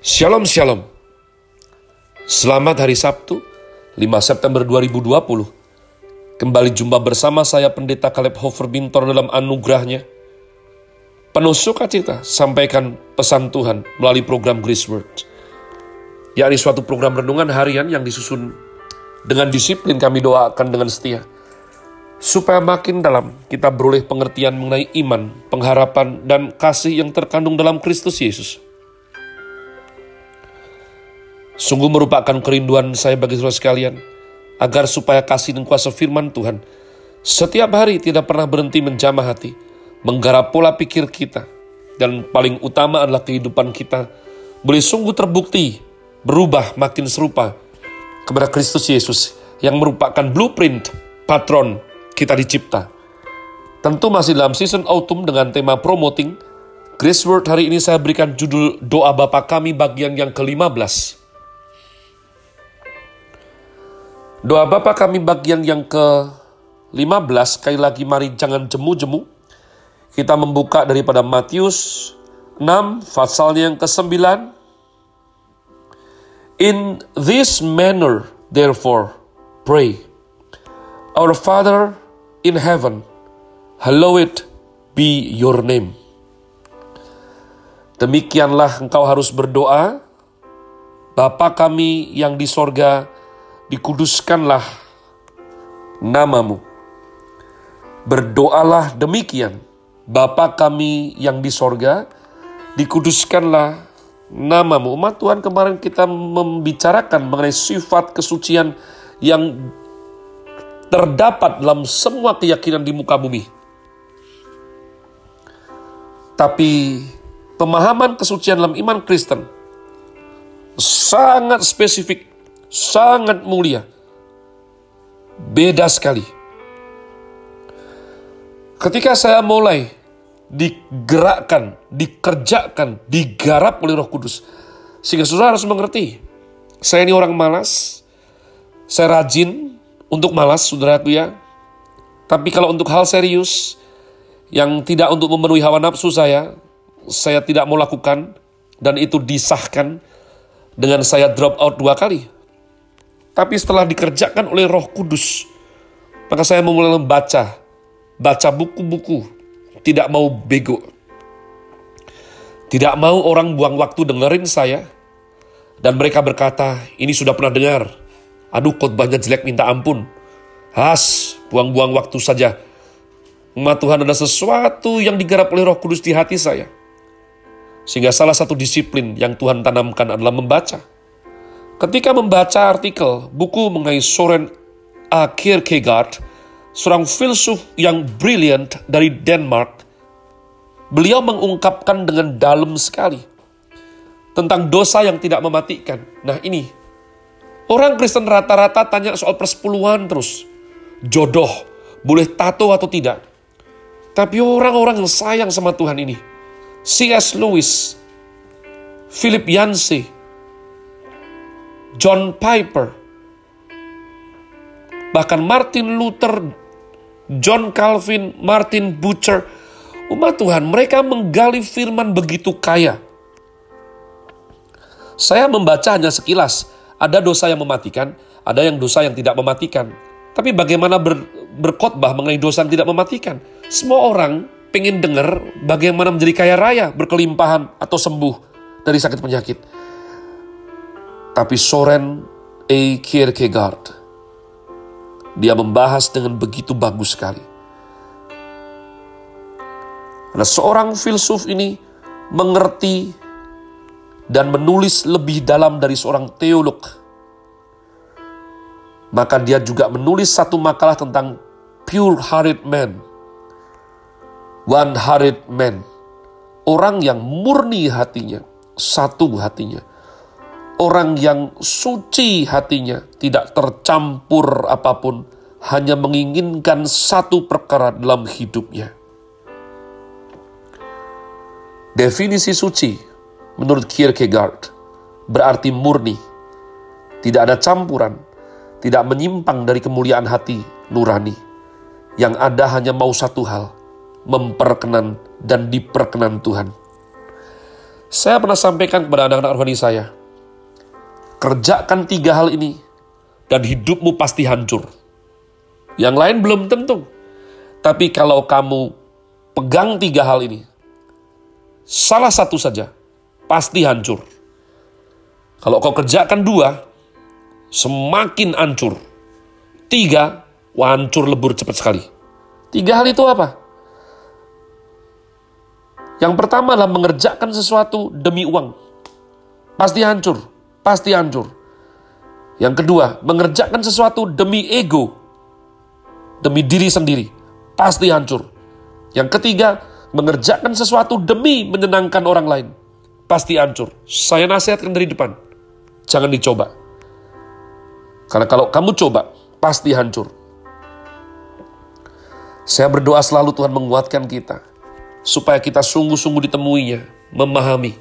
Shalom Shalom. Selamat hari Sabtu 5 September 2020. Kembali jumpa bersama saya Pendeta Caleb Hofer Bintor dalam anugerahnya. Penuh sukacita sampaikan pesan Tuhan melalui program Grace Word, yakni suatu program renungan harian yang disusun dengan disiplin. Kami doakan dengan setia supaya makin dalam kita beroleh pengertian mengenai iman, pengharapan, dan kasih yang terkandung dalam Kristus Yesus. Sungguh merupakan kerinduan saya bagi saudara sekalian, agar supaya kasih dan kuasa firman Tuhan setiap hari tidak pernah berhenti menjamah hati, menggarap pola pikir kita, dan paling utama adalah kehidupan kita boleh sungguh terbukti berubah makin serupa kepada Kristus Yesus yang merupakan blueprint patron kita dicipta. Tentu masih dalam season autumn dengan tema promoting Grace Word. Hari ini saya berikan judul Doa Bapa Kami bagian yang ke-15. Doa Bapa Kami bagian yang ke-15, sekali lagi mari jangan jemu-jemu. Kita membuka daripada Matius 6, pasalnya yang ke-9. In this manner, therefore, pray. Our Father in heaven, hallowed be your name. Demikianlah engkau harus berdoa. Bapa kami yang di sorga, dikuduskanlah namamu. Berdoalah demikian. Bapa kami yang di sorga, dikuduskanlah namamu. Umat Tuhan, kemarin kita membicarakan mengenai sifat kesucian yang terdapat dalam semua keyakinan di muka bumi. Tapi pemahaman kesucian dalam iman Kristen sangat spesifik, sangat mulia, beda sekali. Ketika saya mulai digerakkan, dikerjakan, digarap oleh Roh Kudus, sehingga saudara harus mengerti, saya ini orang malas, saya rajin untuk malas, saudaraku ya. Tapi kalau untuk hal serius, yang tidak untuk memenuhi hawa nafsu saya tidak mau lakukan, dan itu disahkan dengan saya drop out 2 kali. Tapi setelah dikerjakan oleh Roh Kudus, maka saya memulai baca buku-buku, tidak mau bego. Tidak mau orang buang waktu dengerin saya, dan mereka berkata, ini sudah pernah dengar. Aduh, khotbahnya jelek minta ampun. Buang-buang waktu saja. Umat Tuhan, ada sesuatu yang digarap oleh Roh Kudus di hati saya. Sehingga salah satu disiplin yang Tuhan tanamkan adalah membaca. Ketika membaca artikel, buku mengenai Søren A. Kierkegaard, seorang filsuf yang brilliant dari Denmark, beliau mengungkapkan dengan dalam sekali tentang dosa yang tidak mematikan. Nah ini, orang Kristen rata-rata tanya soal persepuluhan terus. Jodoh, boleh tato atau tidak. Tapi orang-orang yang sayang sama Tuhan ini, C.S. Lewis, Philip Yancey, John Piper, bahkan Martin Luther, John Calvin, Martin Bucer, umat Tuhan, mereka menggali firman begitu kaya. Saya membaca hanya sekilas, ada dosa yang mematikan, ada yang dosa yang tidak mematikan. Tapi bagaimana berkhotbah mengenai dosa yang tidak mematikan? Semua orang pengen dengar bagaimana menjadi kaya raya, berkelimpahan, atau sembuh dari sakit penyakit. Tapi Søren A. Kierkegaard, dia membahas dengan begitu bagus sekali. Karena seorang filsuf ini mengerti dan menulis lebih dalam dari seorang teolog. Maka dia juga menulis satu makalah tentang pure-hearted man. One-hearted man. Orang yang murni hatinya, satu hatinya. Orang yang suci hatinya, tidak tercampur apapun, hanya menginginkan satu perkara dalam hidupnya. Definisi suci menurut Kierkegaard berarti murni, tidak ada campuran, tidak menyimpang dari kemuliaan hati nurani. Yang ada hanya mau satu hal, memperkenan dan diperkenan Tuhan. Saya pernah sampaikan kepada anak-anak rohani saya, kerjakan 3 hal ini, dan hidupmu pasti hancur. Yang lain belum tentu. Tapi kalau kamu pegang 3 hal ini, salah satu saja, pasti hancur. Kalau kau kerjakan 2, semakin hancur. 3, hancur lebur cepat sekali. 3 hal itu apa? Yang pertama adalah mengerjakan sesuatu demi uang. Pasti hancur, pasti hancur. Yang kedua, mengerjakan sesuatu demi ego, demi diri sendiri, pasti hancur. Yang ketiga, mengerjakan sesuatu demi menyenangkan orang lain, pasti hancur. Saya nasihatkan dari depan, jangan dicoba. Karena kalau kamu coba, pasti hancur. Saya berdoa selalu Tuhan menguatkan kita, supaya kita sungguh-sungguh ditemuinya, memahami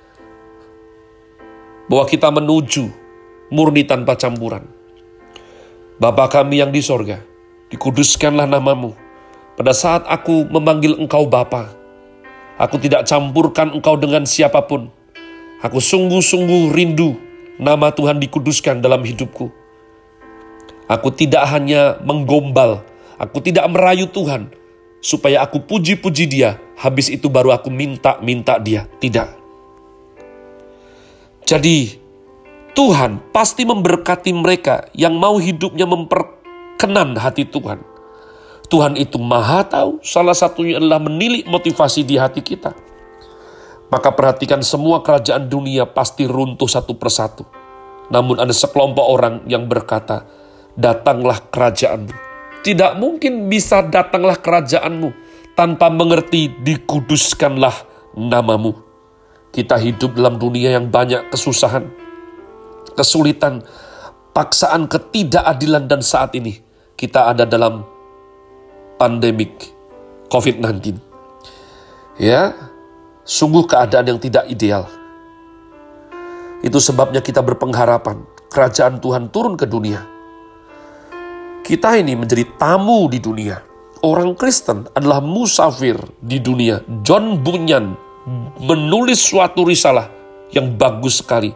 bahwa kita menuju murni tanpa campuran. Bapa kami yang di sorga, dikuduskanlah namamu. Pada saat aku memanggil engkau Bapa, aku tidak campurkan engkau dengan siapapun. Aku sungguh-sungguh rindu nama Tuhan dikuduskan dalam hidupku. Aku tidak hanya menggombal, aku tidak merayu Tuhan, supaya aku puji-puji dia, habis itu baru aku minta dia. Tidak. Jadi, Tuhan pasti memberkati mereka yang mau hidupnya memperkenan hati Tuhan. Tuhan itu maha tahu, salah satunya adalah menilik motivasi di hati kita. Maka perhatikan semua kerajaan dunia pasti runtuh satu persatu. Namun ada sekelompok orang yang berkata, datanglah kerajaanmu. Tidak mungkin bisa datanglah kerajaanmu tanpa mengerti dikuduskanlah namamu. Kita hidup dalam dunia yang banyak kesusahan, kesulitan, paksaan, ketidakadilan, dan saat ini kita ada dalam pandemik COVID-19. Ya, sungguh keadaan yang tidak ideal. Itu sebabnya kita berpengharapan kerajaan Tuhan turun ke dunia. Kita ini menjadi tamu di dunia. Orang Kristen adalah musafir di dunia. John Bunyan menulis suatu risalah yang bagus sekali.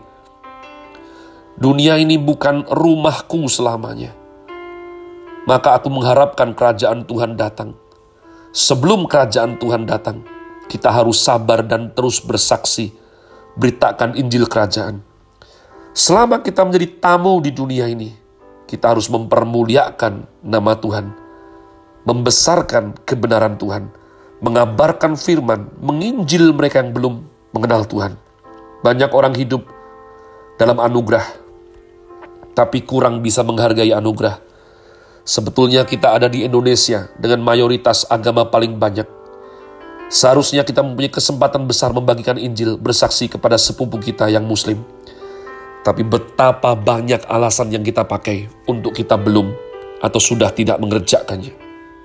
Dunia ini bukan rumahku selamanya. Maka aku mengharapkan kerajaan Tuhan datang. Sebelum kerajaan Tuhan datang, kita harus sabar dan terus bersaksi, beritakan Injil kerajaan. Selama kita menjadi tamu di dunia ini, kita harus mempermuliakan nama Tuhan, membesarkan kebenaran Tuhan, mengabarkan firman, menginjil mereka yang belum mengenal Tuhan. Banyak orang hidup dalam anugerah, tapi kurang bisa menghargai anugerah. Sebetulnya kita ada di Indonesia dengan mayoritas agama paling banyak. Seharusnya kita mempunyai kesempatan besar membagikan Injil, bersaksi kepada sepupu kita yang Muslim. Tapi betapa banyak alasan yang kita pakai untuk kita belum atau sudah tidak mengerjakannya.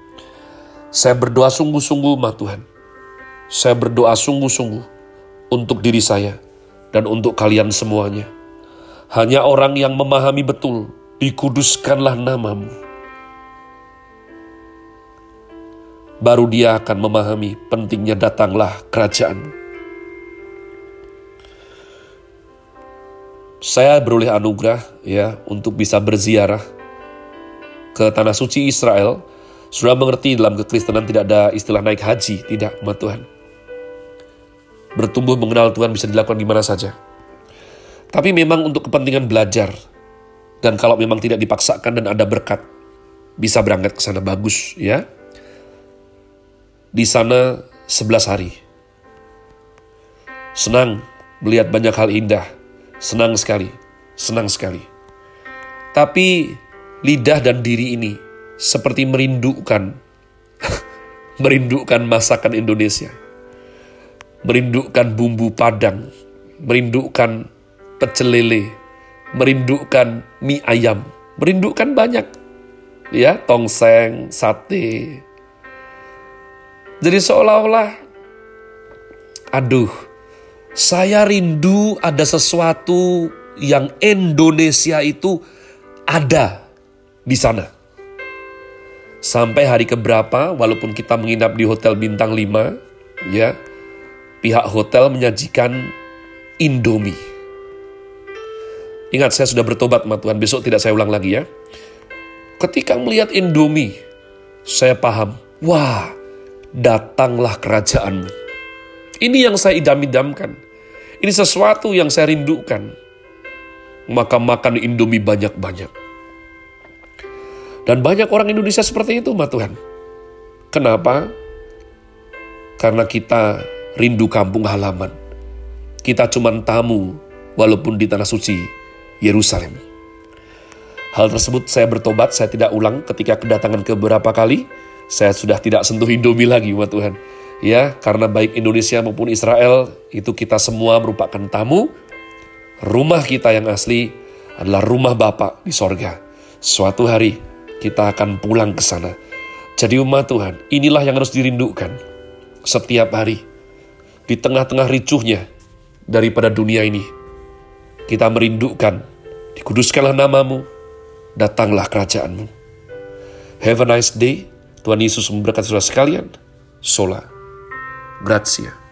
Saya berdoa sungguh-sungguh, Tuhan. Saya berdoa sungguh-sungguh untuk diri saya dan untuk kalian semuanya. Hanya orang yang memahami betul, dikuduskanlah namamu, baru dia akan memahami pentingnya datanglah kerajaan. Saya beroleh anugerah untuk bisa berziarah ke tanah suci Israel. Sudah mengerti dalam kekristenan tidak ada istilah naik haji, tidak, umat Tuhan. Bertumbuh mengenal Tuhan bisa dilakukan di mana saja. Tapi memang untuk kepentingan belajar, dan kalau memang tidak dipaksakan dan ada berkat, bisa berangkat ke sana, bagus ya. Di sana 11 hari. Senang melihat banyak hal indah. Senang sekali. Tapi lidah dan diri ini seperti merindukan masakan Indonesia. Merindukan bumbu Padang. Merindukan pecel lele. Merindukan mie ayam. Merindukan banyak. Ya, tongseng, sate. Jadi seolah-olah, saya rindu ada sesuatu yang Indonesia itu ada di sana. Sampai hari keberapa, walaupun kita menginap di hotel bintang 5, pihak hotel menyajikan Indomie. Ingat, saya sudah bertobat sama Tuhan, besok tidak saya ulang lagi ya. Ketika melihat Indomie, saya paham, wah, datanglah kerajaanmu. Ini yang saya idam-idamkan. Ini sesuatu yang saya rindukan. Maka makan Indomie banyak-banyak. Dan banyak orang Indonesia seperti itu, sama Tuhan. Kenapa? Karena kita rindu kampung halaman. Kita cuma tamu, walaupun di tanah suci Yerusalem. Hal tersebut saya bertobat, saya tidak ulang ketika kedatangan ke beberapa kali. Saya sudah tidak sentuh Indomie lagi, sama Tuhan. Ya, karena baik Indonesia maupun Israel, itu kita semua merupakan tamu. Rumah kita yang asli adalah rumah Bapa di sorga. Suatu hari kita akan pulang ke sana. Jadi umat Tuhan, inilah yang harus dirindukan. Setiap hari, di tengah-tengah ricuhnya daripada dunia ini, kita merindukan, dikuduskanlah namamu, datanglah kerajaanmu. Have a nice day. Tuhan Yesus memberkati saudara sekalian. Sola Gratia.